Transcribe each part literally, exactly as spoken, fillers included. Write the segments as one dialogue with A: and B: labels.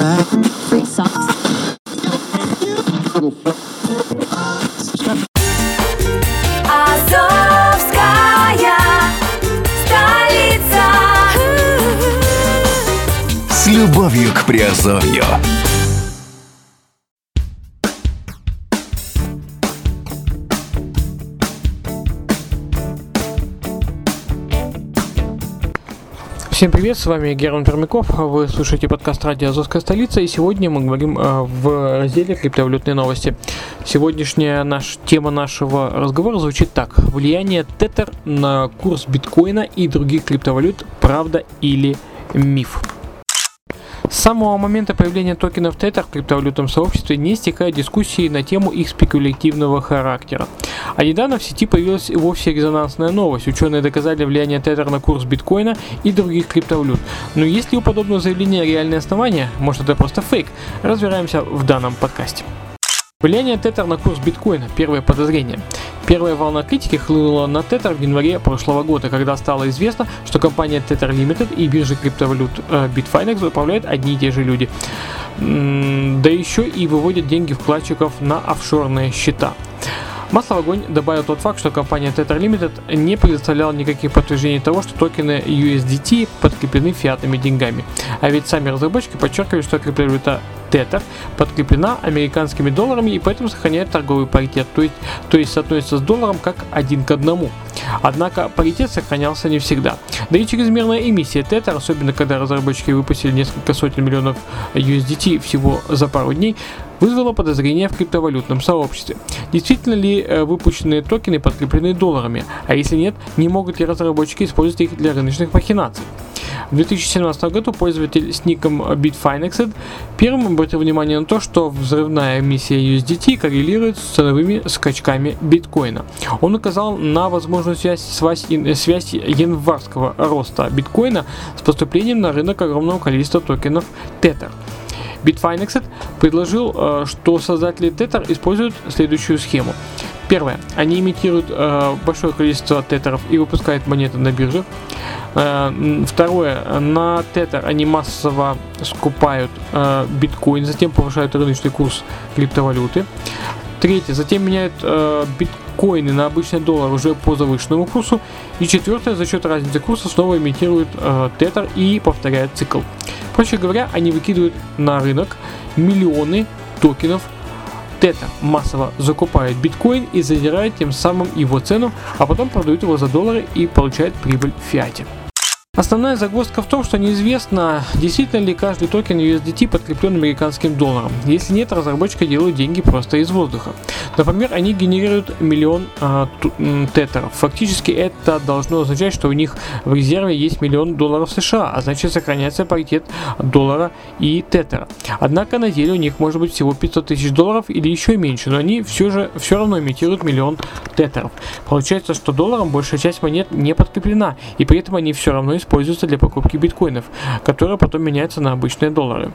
A: столица.
B: С любовью к Приазовью.
C: Всем привет, с вами Герман Пермяков, вы слушаете подкаст «Радио Азовская столица», и сегодня мы говорим э, в разделе «Криптовалютные новости». Сегодняшняя наш, тема нашего разговора звучит так: влияние Tether на курс биткоина и других криптовалют – правда или миф? С самого момента появления токенов Tether в криптовалютном сообществе не стихают дискуссии на тему их спекулятивного характера. А недавно в сети появилась и вовсе резонансная новость. Ученые доказали влияние Tether на курс биткоина и других криптовалют. Но есть ли у подобного заявления реальные основания? Может, это просто фейк? Разбираемся в данном подкасте. Влияние Tether на курс биткоина. Первое подозрение. Первая волна критики хлынула на Tether в январе прошлого года, когда стало известно, что компания Tether Limited и биржа криптовалют э, Bitfinex управляют одни и те же люди. М-м, да еще и выводят деньги вкладчиков на офшорные счета. Масло в огонь добавил тот факт, что компания Tether Limited не предоставляла никаких подтверждений того, что токены ю эс ди ти подкреплены фиатными деньгами. А ведь сами разработчики подчеркивали, что криптовалюта Tether подкреплена американскими долларами и поэтому сохраняет торговый паритет, то есть, то есть соотносится с долларом как один к одному. Однако паритет сохранялся не всегда. Да и чрезмерная эмиссия Tether, особенно когда разработчики выпустили несколько сотен миллионов ю эс ди ти всего за пару дней, вызвало подозрения в криптовалютном сообществе. Действительно ли э, выпущенные токены подкреплены долларами? А если нет, не могут ли разработчики использовать их для рыночных махинаций? В две тысячи семнадцатом году пользователь с ником Bitfinex первым обратил внимание на то, что взрывная эмиссия ю эс ди ти коррелирует с ценовыми скачками биткоина. Он указал на возможную связь, связь, связь январского роста биткоина с поступлением на рынок огромного количества токенов Tether. Bitfinex предложил, что создатели Tether используют следующую схему. Первое. Они имитируют э, большое количество тетеров и выпускают монеты на бирже. Э, второе. На Tether они массово скупают э, биткоин, затем повышают рыночный курс криптовалюты. Третье. Затем меняют э, биткоины на обычный доллар уже по завышенному курсу. И четвертое. За счет разницы курса снова имитируют э, Tether и повторяют цикл. Проще говоря, они выкидывают на рынок миллионы токенов Tether, массово закупают биткоин и задирают тем самым его цену, а потом продают его за доллары и получают прибыль в фиате. Основная загвоздка в том, что неизвестно, действительно ли каждый токен ю эс ди ти подкреплен американским долларом. Если нет, разработчики делают деньги просто из воздуха. Например, они генерируют миллион э, тетеров. Фактически это должно означать, что у них в резерве есть миллион долларов США, а значит сохраняется паритет доллара и тетера. Однако на деле у них может быть всего пятьсот тысяч долларов или еще меньше, но они все же все равно имитируют миллион тетеров. Получается, что долларом большая часть монет не подкреплена, и при этом они все равно используются для покупки биткоинов, которые потом меняются на обычные доллары.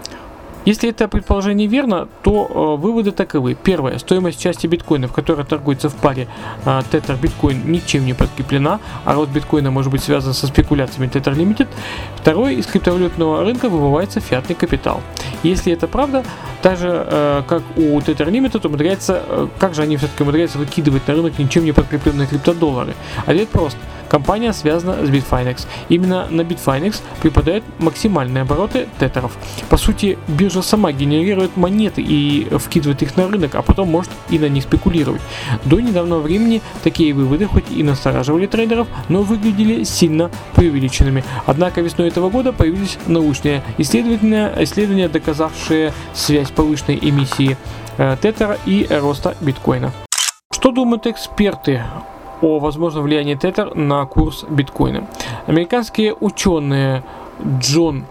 C: Если это предположение верно, то э, выводы таковы. Первое. Стоимость части биткоинов, которая торгуется в паре э, Tether биткоин, ничем не подкреплена, а рост биткоина может быть связан со спекуляциями Tether Limited. Второе. Из криптовалютного рынка вымывается фиатный капитал. Если это правда, так же э, как у Tether Limited умудряется, э, как же они все-таки умудряются выкидывать на рынок ничем не подкрепленные криптодоллары? Ответ прост. Компания связана с Bitfinex. Именно на Bitfinex припадают максимальные обороты тетеров. По сути, биржа сама генерирует монеты и вкидывает их на рынок, а потом может и на них спекулировать. До недавнего времени такие выводы хоть и настораживали трейдеров, но выглядели сильно преувеличенными. Однако весной этого года появились научные исследования, исследования, доказавшие связь повышенной эмиссии э, тетера и роста биткоина. Что думают эксперты о возможном влиянии Tether на курс биткоина? Американские ученые Джон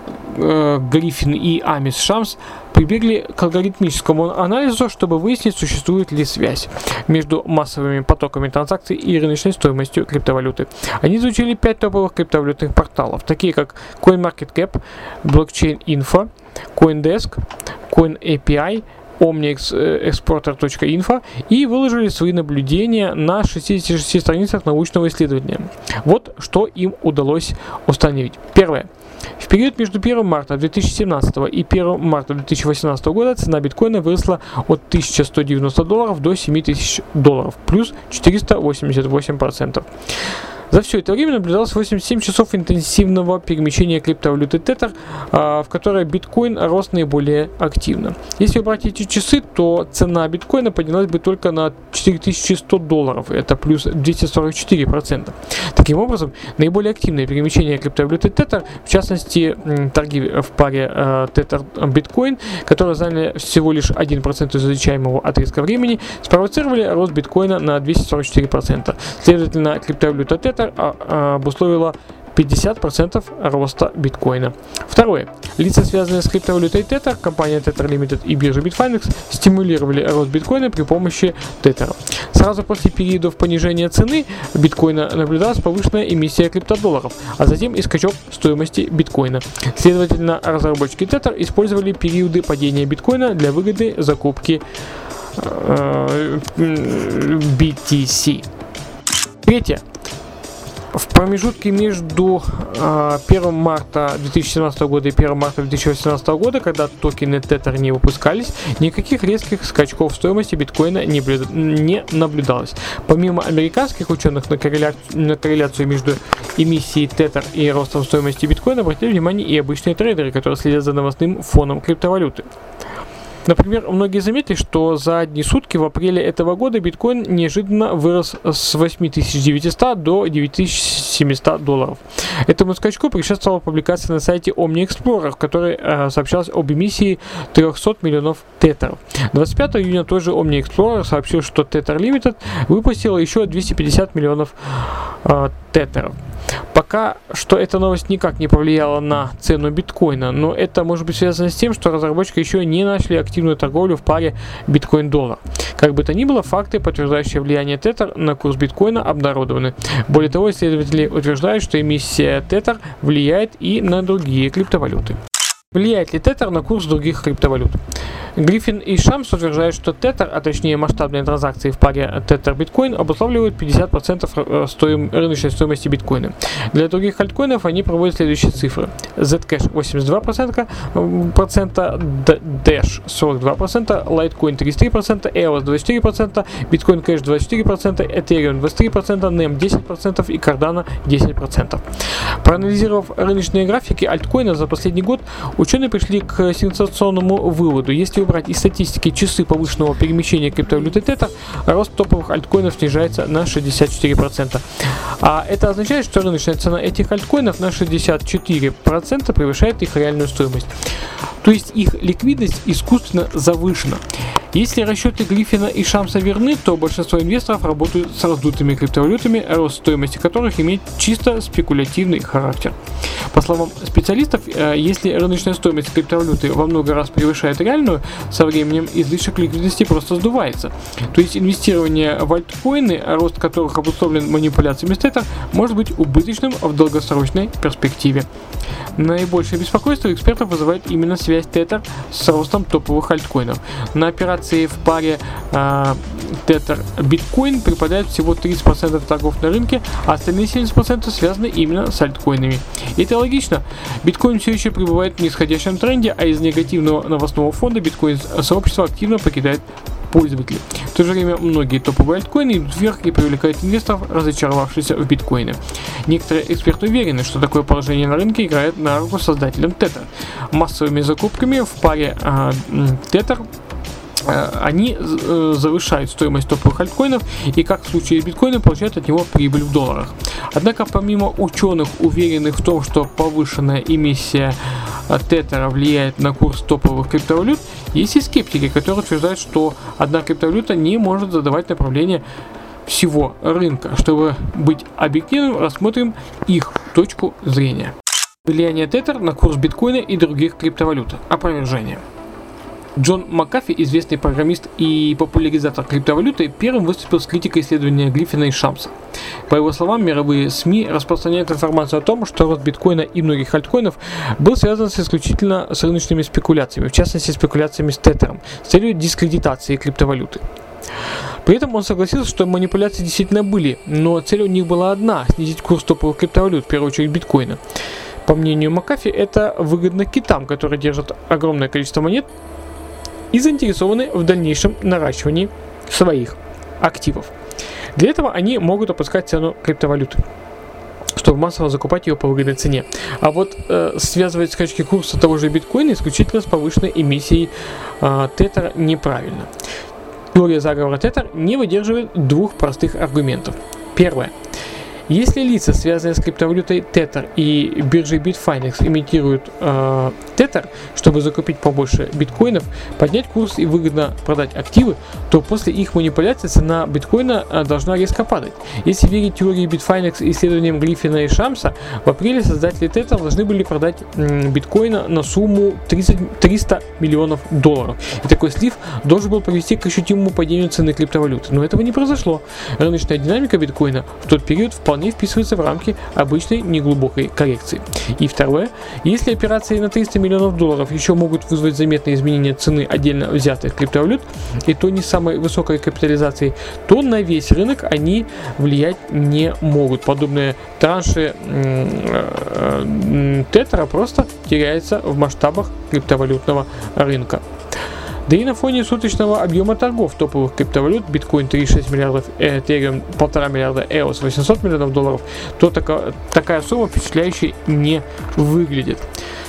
C: э, Гриффин и Амис Шамс прибегли к алгоритмическому анализу, чтобы выяснить, существует ли связь между массовыми потоками транзакций и рыночной стоимостью криптовалюты. Они изучили пять топовых криптовалютных порталов, такие как CoinMarketCap, Blockchain Info, CoinDesk, CoinAPI, omniexporter точка инфо и выложили свои наблюдения на шестидесяти шести страницах научного исследования. Вот что им удалось установить. Первое. В период между первого марта две тысячи семнадцатого и первого марта две тысячи восемнадцатого года цена биткоина выросла от тысячи ста девяноста долларов до семи тысяч долларов, плюс четыреста восемьдесят восемь процентов. За все это время наблюдалось восемьдесят семь часов интенсивного перемещения криптовалюты Tether, в которой биткоин рос наиболее активно. Если убрать эти часы, то цена биткоина поднялась бы только на четыре тысячи сто долларов, это плюс двести сорок четыре процента. Таким образом, наиболее активное перемещение криптовалюты Tether, в частности торги в паре Tether-биткоин, которые заняли всего лишь один процент из изучаемого отрезка времени, спровоцировали рост биткоина на двести сорок четыре процента. Следовательно, криптовалюта Tether обусловила пятьдесят процентов роста биткоина. Второе. Лица, связанные с криптовалютой Tether, компания Tether Limited и биржа Bitfinex стимулировали рост биткоина при помощи Tether. Сразу после периодов понижения цены биткоина наблюдалась повышенная эмиссия криптодолларов, а затем и скачок стоимости биткоина. Следовательно, разработчики Tether использовали периоды падения биткоина для выгоды закупки э, би ти си. Третье. В промежутке между э, первого марта две тысячи семнадцатого года и первого марта две тысячи восемнадцатого года, когда токены Tether не выпускались, никаких резких скачков стоимости биткоина не, не наблюдалось. Помимо американских ученых на, корреля... на корреляцию между эмиссией Tether и ростом стоимости биткоина обратили внимание и обычные трейдеры, которые следят за новостным фоном криптовалюты. Например, многие заметили, что за одни сутки в апреле этого года биткоин неожиданно вырос с восемь тысяч девятисот до девяти тысяч семисот долларов. Этому скачку предшествовала публикация на сайте Omni Explorer, в которой э, сообщалось об эмиссии триста миллионов Tether. двадцать пятого июня тоже Omni Explorer сообщил, что Tether Limited выпустила еще двести пятьдесят миллионов э, Tether. Пока что эта новость никак не повлияла на цену биткоина, но это может быть связано с тем, что разработчики еще не начали активную торговлю в паре биткоин-доллар. Как бы то ни было, факты, подтверждающие влияние Tether на курс биткоина, обнародованы. Более того, исследователи утверждают, что эмиссия Tether влияет и на другие криптовалюты. Влияет ли Tether на курс других криптовалют? Гриффин и Шамс утверждают, что Tether, а точнее масштабные транзакции в паре Tether-биткоин, обуславливают пятьдесят процентов стоим, рыночной стоимости биткоина. Для других альткоинов они проводят следующие цифры. Zcash восемьдесят два процента, Dash сорок два процента, Litecoin тридцать три процента, и о эс двадцать четыре процента, Bitcoin Cash двадцать четыре процента, Ethereum двадцать три процента, нэм десять процентов и Cardano десять процентов. Проанализировав рыночные графики альткоина за последний год, ученые пришли к сенсационному выводу. Если убрать из статистики часы повышенного перемещения криптовалюты Tether, рост топовых альткоинов снижается на шестьдесят четыре процента. А это означает, что рыночная цена этих альткоинов на шестьдесят четыре процента превышает их реальную стоимость. То есть их ликвидность искусственно завышена. Если расчеты Гриффина и Шамса верны, то большинство инвесторов работают с раздутыми криптовалютами, рост стоимости которых имеет чисто спекулятивный характер. По словам специалистов, если рыночная стоимость криптовалюты во много раз превышает реальную, со временем излишек ликвидности просто сдувается. То есть инвестирование в альткоины, рост которых обусловлен манипуляциями с Tether, может быть убыточным в долгосрочной перспективе. Наибольшее беспокойство экспертов вызывает именно связь Tether с ростом топовых альткоинов. На операции в паре э, Tether-биткоин припадает всего тридцать процентов торгов на рынке, а остальные семьдесят процентов связаны именно с альткоинами. И это логично. Биткоин все еще пребывает в нисходящем тренде, а из негативного новостного фонда биткоин-сообщество активно покидает пользователей. В то же время многие топовые альткоины идут вверх и привлекают инвесторов, разочаровавшихся в биткоине. Некоторые эксперты уверены, что такое положение на рынке играет на руку создателям Tether. Массовыми закупками в паре э, Tether они завышают стоимость топовых альткоинов и, как в случае с биткоином, получают от него прибыль в долларах. Однако, помимо ученых, уверенных в том, что повышенная эмиссия Tether влияет на курс топовых криптовалют, есть и скептики, которые утверждают, что одна криптовалюта не может задавать направление всего рынка. Чтобы быть объективным, рассмотрим их точку зрения. Влияние Tether на курс биткоина и других криптовалют. Опровержение. Джон Макафи, известный программист и популяризатор криптовалюты, первым выступил с критикой исследования Гриффина и Шамса. По его словам, мировые СМИ распространяют информацию о том, что рост биткоина и многих альткоинов был связан исключительно с рыночными спекуляциями, в частности спекуляциями с Tether, с целью дискредитации криптовалюты. При этом он согласился, что манипуляции действительно были, но цель у них была одна – снизить курс топовых криптовалют, в первую очередь биткоина. По мнению Макафи, это выгодно китам, которые держат огромное количество монет и заинтересованы в дальнейшем наращивании своих активов. Для этого они могут опускать цену криптовалюты, чтобы массово закупать ее по выгодной цене. А вот э, связывать скачки курса того же биткоина исключительно с повышенной эмиссией э, тетера неправильно. Теория заговора тетер не выдерживает двух простых аргументов. Первое. Если лица, связанные с криптовалютой тетер и биржей Bitfinex, имитируют э, тетер, чтобы закупить побольше биткоинов, поднять курс и выгодно продать активы, то после их манипуляций цена биткоина э, должна резко падать. Если верить теории Bitfinex и исследованиям Гриффина и Шамса, в апреле создатели тетер должны были продать м, биткоина на сумму триста миллионов долларов. И такой слив должен был привести к ощутимому падению цены криптовалюты. Но этого не произошло. Рыночная динамика биткоина в тот период вполне не вписывается в рамки обычной неглубокой коррекции. И второе, если операции на триста миллионов долларов еще могут вызвать заметные изменения цены отдельно взятых криптовалют, и то не с самой высокой капитализацией, то на весь рынок они влиять не могут. Подобные транши тетера просто теряются в масштабах криптовалютного рынка. Да и на фоне суточного объема торгов топовых криптовалют биткоин три целых шесть десятых миллиардов, этериум полтора миллиарда, и о эс восемьсот миллионов долларов, то така, такая сумма впечатляющей не выглядит.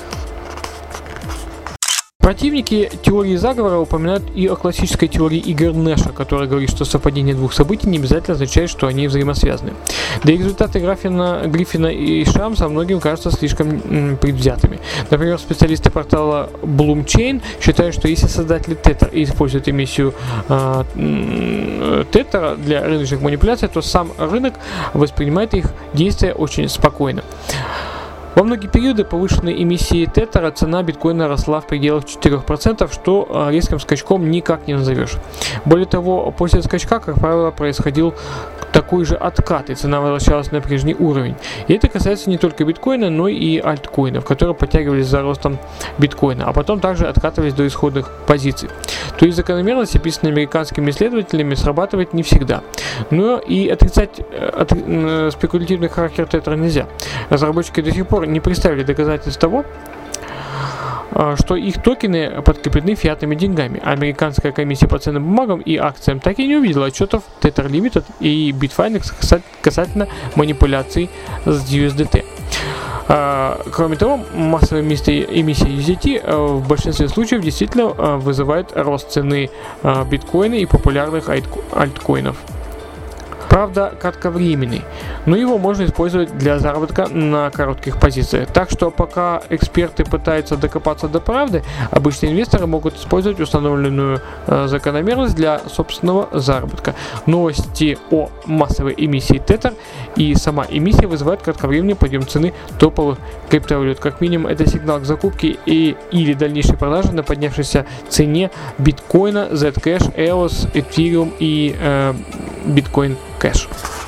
C: Противники теории заговора упоминают и о классической теории игр Нэша, которая говорит, что совпадение двух событий не обязательно означает, что они взаимосвязаны. Да и результаты Гриффина, Гриффина и Шамса многим кажутся слишком м, предвзятыми. Например, специалисты портала Bloomchain считают, что если создатели тетер используют эмиссию э, э, тетера для рыночных манипуляций, то сам рынок воспринимает их действия очень спокойно. Во многие периоды повышенной эмиссии тетера цена биткоина росла в пределах четырёх процентов, что резким скачком никак не назовешь. Более того, после скачка, как правило, происходил такой же откат, и цена возвращалась на прежний уровень. И это касается не только биткоина, но и альткоинов, которые подтягивались за ростом биткоина, а потом также откатывались до исходных позиций. То есть закономерность, описанная американскими исследователями, срабатывает не всегда. Но и отрицать от, э, спекулятивный характер тетера нельзя. Разработчики до сих пор не представили доказательств того, что их токены подкреплены фиатными деньгами. Американская комиссия по ценным бумагам и акциям так и не увидела отчетов Tether Limited и Bitfinex касательно манипуляций с ю эс ди ти. Кроме того, массовая эмиссия ю эс ди ти в большинстве случаев действительно вызывает рост цены биткоина и популярных альткоинов. Правда, кратковременный, но его можно использовать для заработка на коротких позициях. Так что пока эксперты пытаются докопаться до правды, обычные инвесторы могут использовать установленную э, закономерность для собственного заработка. Новости о массовой эмиссии тетер и сама эмиссия вызывают кратковременный подъем цены топовых криптовалют. Как минимум, это сигнал к закупке и или дальнейшей продаже на поднявшейся цене биткоина, Zcash, и о эс, этериум и э, биткоин Кэш.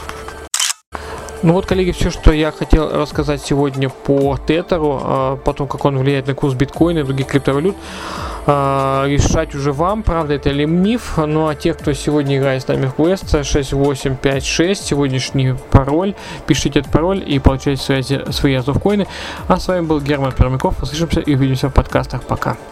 C: Ну вот, коллеги, все, что я хотел рассказать сегодня по тетеру, по тому, как он влияет на курс биткоина и других криптовалют, решать уже вам, правда это или миф. Ну а те, кто сегодня играет с нами в квест шесть восемь пять шесть, сегодняшний пароль, пишите этот пароль и получайте свои, свои азовкоины. А с вами был Герман Пермяков. Услышимся и увидимся в подкастах. Пока.